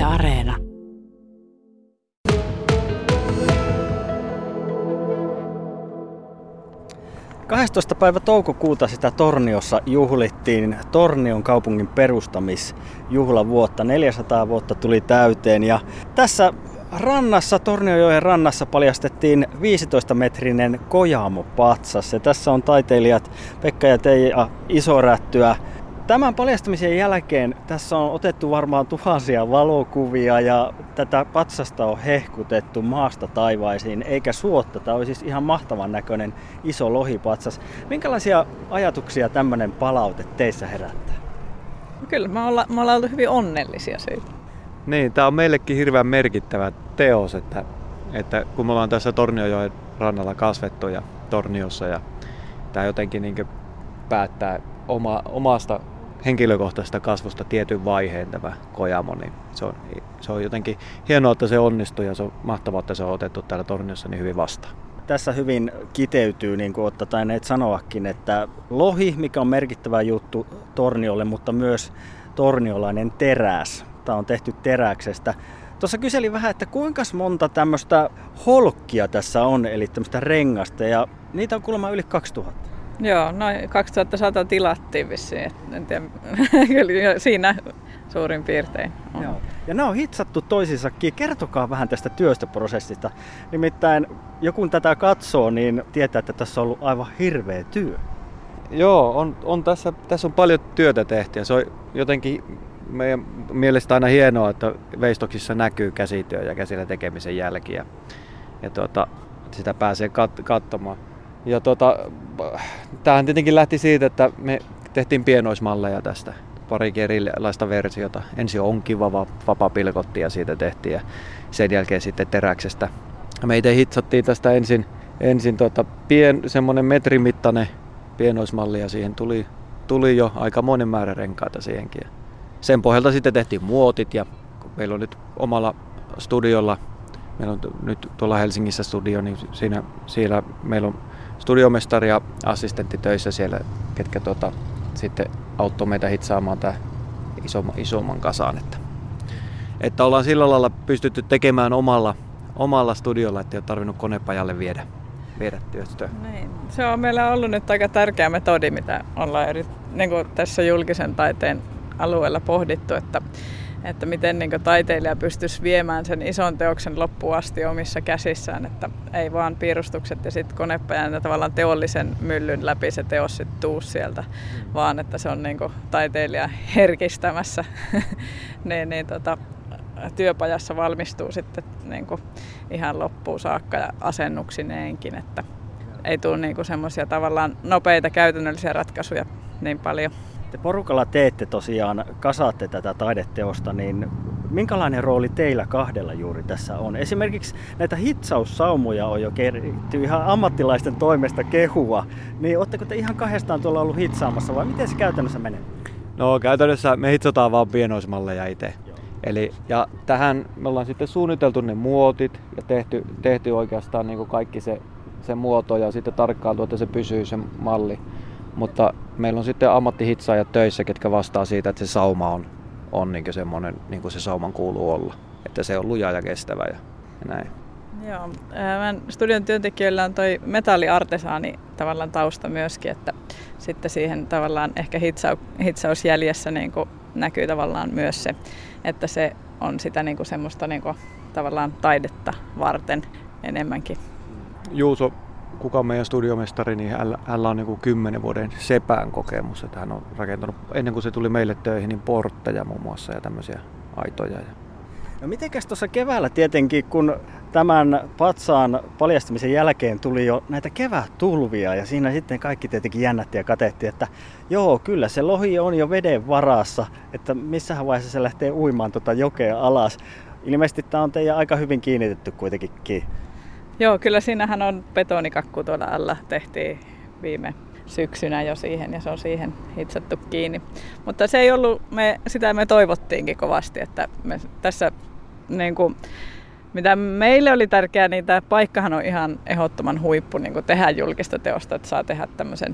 Areena. 12. päivä toukokuuta sitä Torniossa juhlittiin Tornion kaupungin perustamisjuhlavuotta. 400 vuotta tuli täyteen ja tässä rannassa, Tornionjoen rannassa paljastettiin 15-metrinen Kojamo-patsas. Ja tässä on taiteilijat Pekka ja Teija Isorättyä. Tämän paljastamisen jälkeen tässä on otettu varmaan tuhansia valokuvia ja tätä patsasta on hehkutettu maasta taivaisiin, eikä suotta. Tämä on siis ihan mahtavan näköinen iso lohipatsas. Minkälaisia ajatuksia tämmöinen palaute teissä herättää? Kyllä, me ollaan oltu hyvin onnellisia siitä. Niin, tämä on meillekin hirveän merkittävä teos, että kun me ollaan tässä Tornionjoen rannalla kasvettu ja Torniossa ja tämä jotenkin niin päättää omasta henkilökohtaisesta kasvusta tietyn vaiheen tämä Kojamo, niin se on jotenkin hienoa, että se onnistuu ja se on mahtavaa, että se on otettu täällä Torniossa niin hyvin vastaan. Tässä hyvin kiteytyy, niin kuin olette tainneet sanoakin, että lohi, mikä on merkittävä juttu Torniolle, mutta myös torniolainen teräs. Tämä on tehty teräksestä. Tuossa kyselin vähän, että kuinka monta tämmöistä holkkia tässä on, eli tämmöistä rengasta, ja niitä on kuulemma yli 2000. Joo, noin 2100 tilattiin vissiin, en tiedä, kyllä siinä suurin piirtein on. Joo. Ja nämä on hitsattu toisissakin. Kertokaa vähän tästä työstöprosessista. Nimittäin joku tätä katsoo, niin tietää, että tässä on ollut aivan hirveä työ. Joo, on tässä on paljon työtä tehty ja se on jotenkin meidän mielestä aina hienoa, että veistoksissa näkyy käsityö ja käsillä tekemisen jälkiä. Ja sitä pääsee katsomaan. Ja tämähän tietenkin lähti siitä, että me tehtiin pienoismalleja tästä, parikin erilaista versiota. Ensin onkiva vapapilkotti ja siitä tehtiin ja sen jälkeen sitten teräksestä. Me itse hitsattiin tästä ensin semmoinen metrimittainen pienoismalli ja siihen tuli jo aikamoinen määrä renkaita siihenkin. Sen pohjalta sitten tehtiin muotit ja kun meillä on nyt omalla studiolla, meillä on nyt tuolla Helsingissä studio, niin siellä meillä on studiomestari ja assistentti töissä siellä, ketkä sitten auttoi meitä hitsaamaan tämän isomman kasaan. Että ollaan sillä lailla pystytty tekemään omalla studiolla, ettei ole tarvinnut konepajalle viedä työstöä. Niin. Se on meillä ollut nyt aika tärkeä metodi, mitä ollaan niin kuin tässä julkisen taiteen alueella pohdittu, että miten niin kuin taiteilija pystyisi viemään sen ison teoksen loppuun asti omissa käsissään, että ei vaan piirustukset ja sitten konepajan ja tavallaan teollisen myllyn läpi se teos sitten tuu sieltä, vaan että se on niin kuin taiteilija herkistämässä, työpajassa valmistuu sitten niin kuin ihan loppuun saakka ja asennuksineenkin, että ei tule niin kuin semmoisia tavallaan nopeita käytännöllisiä ratkaisuja niin paljon. Te porukalla teette tosiaan, kasaatte tätä taideteosta, niin minkälainen rooli teillä kahdella juuri tässä on? Esimerkiksi näitä hitsaussaumoja on jo keritty ihan ammattilaisten toimesta kehua, niin ootteko te ihan kahdestaan tuolla ollut hitsaamassa vai miten se käytännössä menee? No käytännössä me hitsataan vaan pienoismalleja itse. Ja tähän me ollaan sitten suunniteltu ne muotit ja tehty oikeastaan niin kuin kaikki se muoto ja sitten tarkkailtu, että se pysyy se malli. Mutta meillä on sitten ammattihitsaajat töissä, ketkä vastaa siitä, että se sauma on niin kuin semmoinen, niin kuin se sauman kuuluu olla. Että se on luja ja kestävä ja näin. Joo, meidän studion työntekijöillä on toi metalliartesaani tavallaan tausta myöskin, että sitten siihen tavallaan ehkä hitsausjäljessä niin kuin näkyy tavallaan myös se, että se on sitä niin kuin semmoista niin kuin tavallaan taidetta varten enemmänkin. Juuso, kuka on meidän studiomestari, niin hänellä on niin kuin 10 vuoden sepän kokemus, että hän on rakentanut ennen kuin se tuli meille töihin, niin portteja muun muassa ja tämmöisiä aitoja. No mitenkäs tuossa keväällä tietenkin, kun tämän patsaan paljastamisen jälkeen tuli jo näitä kevättulvia ja siinä sitten kaikki tietenkin jännätti ja katettiin, että joo, kyllä se lohi on jo veden varassa, että missähän vaiheessa se lähtee uimaan jokea alas. Ilmeisesti tämä on teidän aika hyvin kiinnitetty kuitenkin kiinni. Joo, kyllä siinähän on betonikakku tuolla alla, tehtiin viime syksynä jo siihen ja se on siihen hitsattu kiinni. Mutta se ei ollut, sitä me toivottiinkin kovasti, että me tässä niin kuin, mitä meille oli tärkeää, niin tämä paikkahan on ihan ehdottoman huippu niin kuin tehdä julkista teosta, että saa tehdä tämmöisen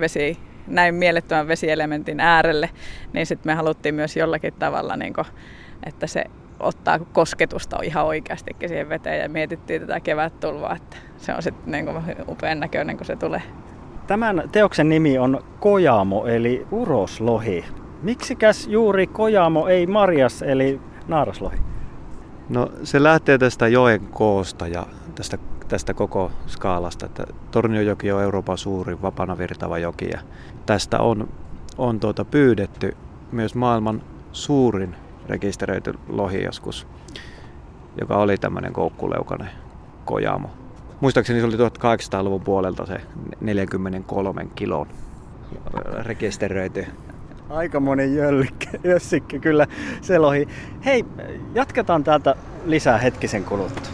näin mielettömän vesielementin äärelle, niin sitten me haluttiin myös jollakin tavalla, niin kuin, että se ottaa kosketusta ihan oikeastikin siihen veteen ja mietittiin tätä kevättulvaa, että se on sitten niin upean näköinen, kun se tulee. Tämän teoksen nimi on Kojamo eli uroslohi. Miksikäs juuri Kojamo ei marjas eli naaraslohi? No se lähtee tästä joen koosta ja tästä koko skaalasta, että Tornionjoki on Euroopan suurin vapaana virtaava joki ja tästä on pyydetty myös maailman suurin rekisteröity lohi joskus, joka oli tämmöinen koukkuleukainen Kojamo. Muistaakseni se oli 1800-luvun puolelta se 43 kilon rekisteröity. Aikamoinen jössikkä kyllä se lohi. Hei, jatketaan täältä lisää hetkisen kuluttua.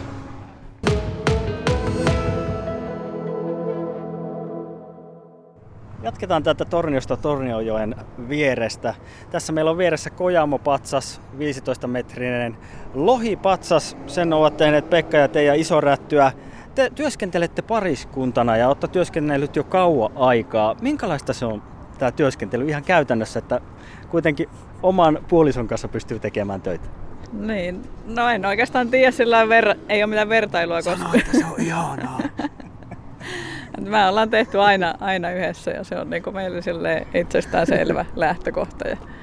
Jatketaan täältä Torniosta Tornionjoen vierestä. Tässä meillä on vieressä Kojamo-patsas, 15-metrinen lohipatsas. Sen ovat tehneet Pekka ja Teija Isorättyä. Te työskentelette pariskuntana ja olette työskennellyt jo kauan aikaa. Minkälaista se on tämä työskentely ihan käytännössä, että kuitenkin oman puolison kanssa pystyy tekemään töitä? Niin, no en oikeastaan tiedä, ei ole mitään vertailua. Sano, että se on ihanaa. Me ollaan tehty aina yhdessä ja se on niin kuin meille itsestään selvä lähtökohta.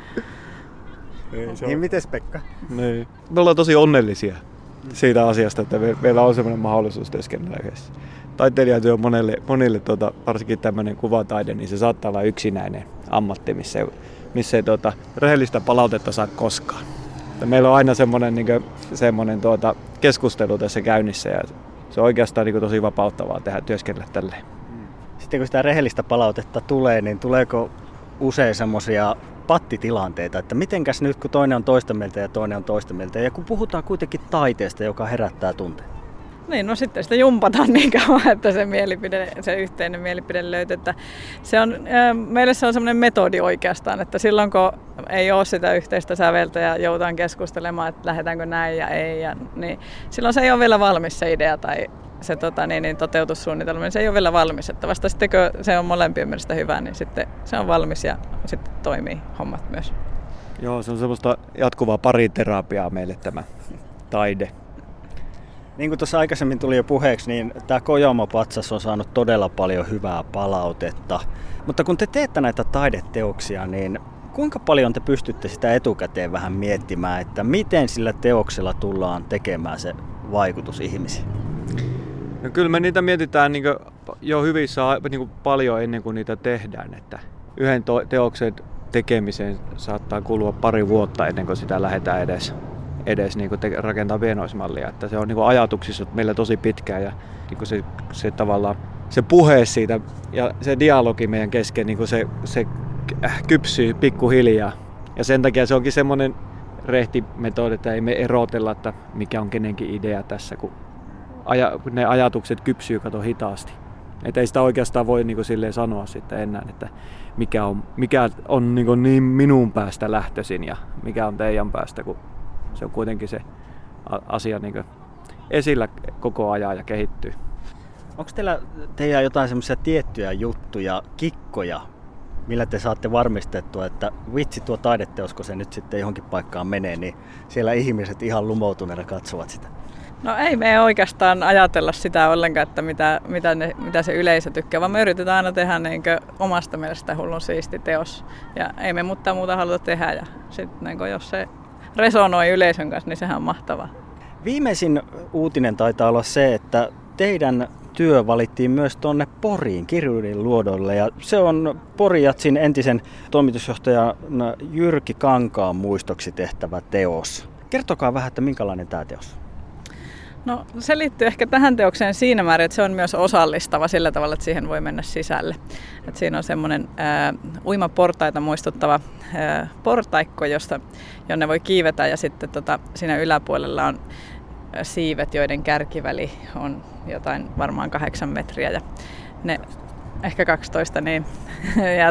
Niin, mites Pekka? Niin. Me ollaan tosi onnellisia siitä asiasta, että meillä on sellainen mahdollisuus työskennellä yhdessä. Taiteilijatyö on monille varsinkin tämmöinen kuvataide, niin se saattaa olla yksinäinen ammatti, missä ei rehellistä palautetta saa koskaan. Meillä on aina semmoinen keskustelu tässä käynnissä ja se on oikeastaan tosi vapauttavaa työskennellä tälleen. Sitten kun sitä rehellistä palautetta tulee, niin tuleeko usein semmoisia pattitilanteita, että mitenkäs nyt kun toinen on toista mieltä ja toinen on toista mieltä ja kun puhutaan kuitenkin taiteesta, joka herättää tunteita? Niin, no sitten sitä jumpataan niin kauan, että se yhteinen mielipide löytyy. Että meille se on semmoinen metodi oikeastaan, että silloin kun ei ole sitä yhteistä säveltä ja joudutaan keskustelemaan, että lähdetäänkö näin ja ei, niin silloin se ei ole vielä valmis se idea tai se toteutussuunnitelma, niin se ei ole vielä valmis. Että vasta sitten kun se on molempien mielestä hyvä, niin sitten se on valmis ja sitten toimii hommat myös. Joo, se on semmoista jatkuvaa pariterapiaa meille tämä taide. Niin kuin tuossa aikaisemmin tuli jo puheeksi, niin tämä Kojamo-patsas on saanut todella paljon hyvää palautetta. Mutta kun te teette näitä taideteoksia, niin kuinka paljon te pystytte sitä etukäteen vähän miettimään, että miten sillä teoksella tullaan tekemään se vaikutus ihmisiin? No kyllä me niitä mietitään jo hyvissä paljon ennen kuin niitä tehdään. Että yhden teoksen tekemiseen saattaa kulua pari vuotta ennen kuin sitä lähdetään edes rakentaa pienoismallia. Että se on ajatuksissa meillä tosi pitkään ja se tavallaan se puhe siitä ja se dialogi meidän kesken se kypsyy pikkuhiljaa. Ja sen takia se onkin semmoinen rehti metodi, että ei me erotella, että mikä on kenenkin idea tässä, kun ne ajatukset kypsyy hitaasti. Että ei sitä oikeastaan voi silleen sanoa sitten enää, että mikä on niin minun päästä lähtöisin ja mikä on teidän päästä, kun se on kuitenkin se asia esillä koko ajan ja kehittyy. Onko teillä jotain semmoisia tiettyjä juttuja, kikkoja, millä te saatte varmistettua, että vitsi tuo taideteos, kun se nyt sitten johonkin paikkaan menee, niin siellä ihmiset ihan lumoutuneena katsovat sitä? No ei me oikeastaan ajatella sitä ollenkaan, että mitä se yleisö tykkää, vaan me yritetään aina tehdä omasta mielestä hullun siisti teos. Ja ei me muuta haluta tehdä ja sitten jos se resonoi yleisön kanssa, niin sehän on mahtavaa. Viimeisin uutinen taitaa olla se, että teidän työ valittiin myös tuonne Poriin, Kirjurin luodolle. Ja se on Porijatsin entisen toimitusjohtajan Jyrki Kankaan muistoksi tehtävä teos. Kertokaa vähän, että minkälainen tämä teos? No se liittyy ehkä tähän teokseen siinä määrin, että se on myös osallistava sillä tavalla, että siihen voi mennä sisälle. Että siinä on semmoinen uimaportaita muistuttava portaikko, jonne voi kiivetä ja sitten siinä yläpuolella on siivet, joiden kärkiväli on jotain varmaan 8 metriä ja ne ehkä 12 niin. Ja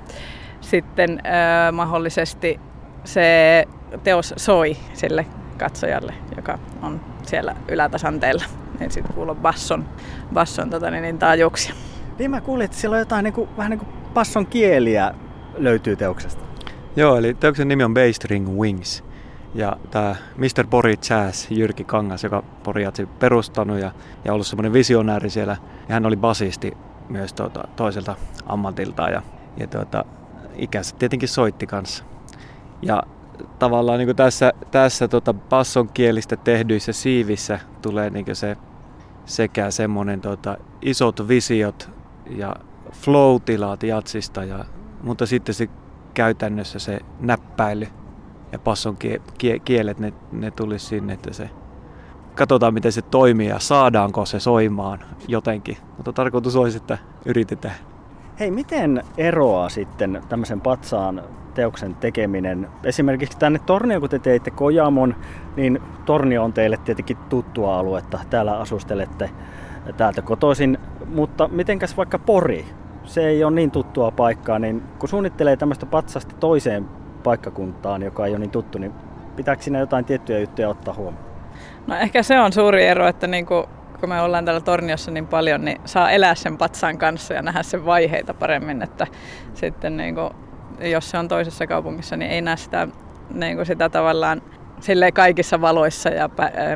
sitten mahdollisesti se teos soi sille katsojalle, joka on siellä ylätasanteella. Niin sitten kuuluu basson taajuuksia. Niin mä kuulin, että siellä on jotain vähän niin kuin basson kieliä löytyy teoksesta. Joo, eli teoksen nimi on Bass String Wings. Ja tämä Mr. Pori Jazz, Jyrki Kangas, joka Pori Jazzin perustanut ja ollut semmoinen visionääri siellä. Ja hän oli basisti myös toiselta ammatiltaan ja ikänsä tietenkin soitti kanssa. Ja tavallaan niin kuin tässä basson kielistä tehdyissä siivissä tulee niin kuin se sekä semmoinen isot visiot ja flow-tilat jatsista, mutta sitten se käytännössä se näppäily ja basson kielet, ne tulisi sinne, että se katsotaan miten se toimii ja saadaanko se soimaan jotenkin. Mutta tarkoitus olisi, että yritetään. Hei, miten eroaa sitten tämmöisen patsaan teoksen tekeminen? Esimerkiksi tänne Tornioon, kun te teitte Kojamon, niin Tornio on teille tietenkin tuttua aluetta. Täällä asustelette täältä kotoisin, mutta mitenkäs vaikka Pori? Se ei ole niin tuttua paikkaa, niin kun suunnittelee tämmöistä patsasta toiseen paikkakuntaan, joka ei ole niin tuttu, niin pitääkö siinä jotain tiettyjä juttuja ottaa huomioon? No ehkä se on suuri ero, että kun me ollaan täällä Torniossa niin paljon, niin saa elää sen patsaan kanssa ja nähdä sen vaiheita paremmin, että sitten jos se on toisessa kaupungissa, niin ei näe sitä tavallaan silleen kaikissa valoissa ja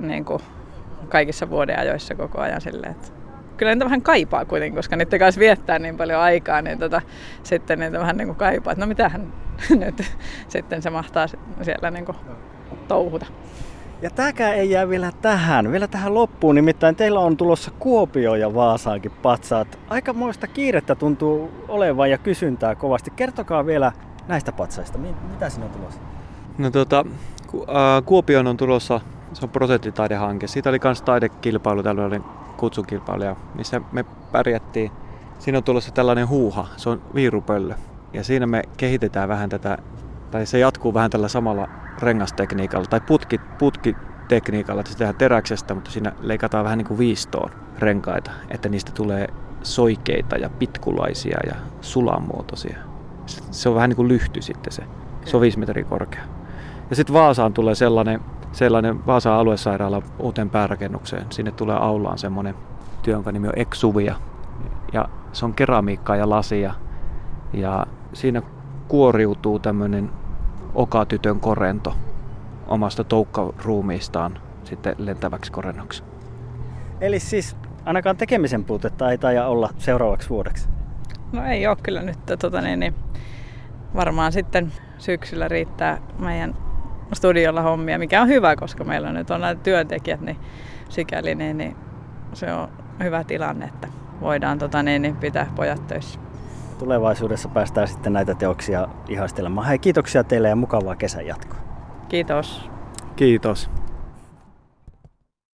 kaikissa vuodenajoissa koko ajan silleen, että kyllä niitä vähän kaipaa kuitenkin, koska niiden kanssa viettää niin paljon aikaa, niin sitten niitä vähän kaipaa, että no mitähän nyt sitten se mahtaa siellä touhuta. Ja tämäkään ei jää vielä tähän loppuun, nimittäin teillä on tulossa Kuopio ja Vaasaankin patsaat. Aikamoista kiirettä tuntuu olevan ja kysyntää kovasti. Kertokaa vielä näistä patsaista, mitä siinä on tulossa? No Kuopioon on tulossa, se on prosenttitaidehanke. Siitä oli myös taidekilpailu, tällainen kutsukilpailu, missä me pärjättiin. Siinä on tulossa tällainen huuha, se on viirupöllö. Ja siinä me kehitetään vähän tätä, tai se jatkuu vähän tällä samalla rengastekniikalla tai putkitekniikalla, että se tehdään teräksestä, mutta siinä leikataan vähän niin kuin viistoon renkaita, että niistä tulee soikeita ja pitkulaisia ja sulamuotoisia. Se on vähän niin kuin lyhty sitten se. Se on 5 metriä korkea. Ja sitten Vaasaan tulee sellainen Vaasan aluesairaalan uuteen päärakennukseen. Sinne tulee aulaan semmoinen työ, jonka nimi on Exuvia. Ja se on keramiikkaa ja lasia. Ja siinä kuoriutuu tämmöinen okatytön korento omasta toukkaruumiistaan sitten lentäväksi korennoksi. Eli siis ainakaan tekemisen puutetta ei taida olla seuraavaksi vuodeksi? No ei ole kyllä nyt. Varmaan sitten syksyllä riittää meidän studiolla hommia, mikä on hyvä, koska meillä nyt on näitä työntekijät, niin sikäli niin se on hyvä tilanne, että voidaan pitää pojat töissä. Tulevaisuudessa päästään sitten näitä teoksia ihastelemaan. Hei, kiitoksia teille ja mukavaa kesän jatkoa. Kiitos. Kiitos.